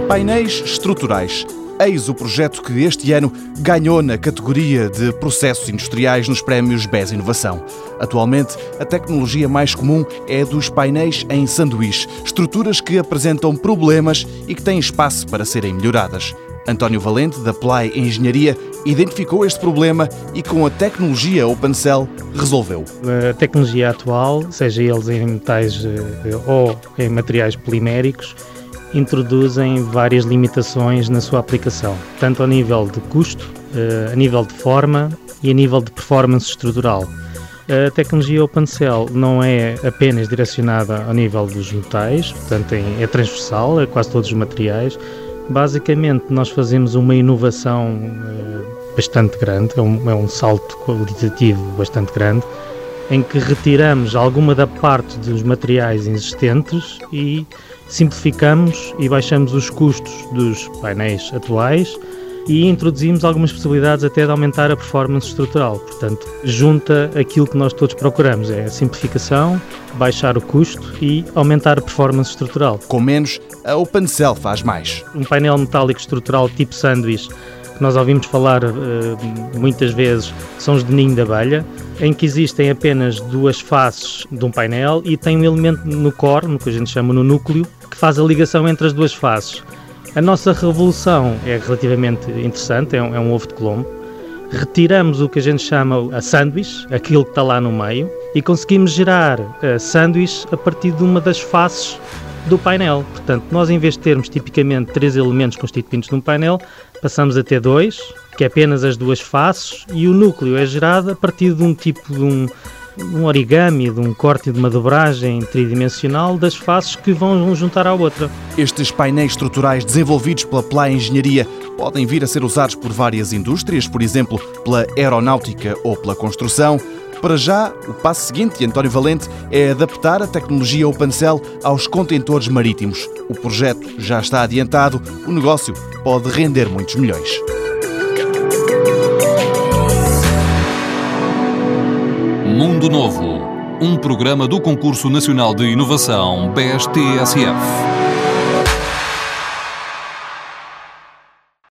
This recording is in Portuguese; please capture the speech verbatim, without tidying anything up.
Painéis estruturais. Eis o projeto que este ano ganhou na categoria de processos industriais nos prémios B E S Inovação. Atualmente, a tecnologia mais comum é a dos painéis em sanduíche, estruturas que apresentam problemas e que têm espaço para serem melhoradas. António Valente, da Play Engenharia, identificou este problema e com a tecnologia OpenCell resolveu. A tecnologia atual, seja eles em metais ou em materiais poliméricos, introduzem várias limitações na sua aplicação, tanto ao nível de custo, a nível de forma e a nível de performance estrutural. A tecnologia OpenCell não é apenas direcionada ao nível dos metais, portanto é transversal a quase todos os materiais. Basicamente nós fazemos uma inovação bastante grande, é um, é um salto qualitativo bastante grande, em que retiramos alguma da parte dos materiais existentes e simplificamos e baixamos os custos dos painéis atuais e introduzimos algumas possibilidades até de aumentar a performance estrutural. Portanto, junta aquilo que nós todos procuramos, é a simplificação, baixar o custo e aumentar a performance estrutural. Com menos, a OpenCell faz mais. Um painel metálico estrutural tipo sanduíche, que nós ouvimos falar uh, muitas vezes, são os de ninho de abelha, em que existem apenas duas faces de um painel e tem um elemento no core, no que a gente chama no núcleo, que faz a ligação entre as duas faces. A nossa revolução é relativamente interessante, é um, é um ovo de Colombo. Retiramos o que a gente chama a sanduíche, aquilo que está lá no meio, e conseguimos gerar a sanduíche a partir de uma das faces do painel. Portanto, nós em vez de termos tipicamente três elementos constituintes de um painel, passamos a ter dois, que é apenas as duas faces, e o núcleo é gerado a partir de um tipo de um, um origami, de um corte e de uma dobragem tridimensional das faces que vão juntar à outra. Estes painéis estruturais desenvolvidos pela Play Engenharia podem vir a ser usados por várias indústrias, por exemplo, pela aeronáutica ou pela construção. Para já, o passo seguinte de António Valente é adaptar a tecnologia OpenCell aos contentores marítimos. O projeto já está adiantado, o negócio pode render muitos milhões. Mundo Novo, um programa do Concurso Nacional de Inovação B E S T S F.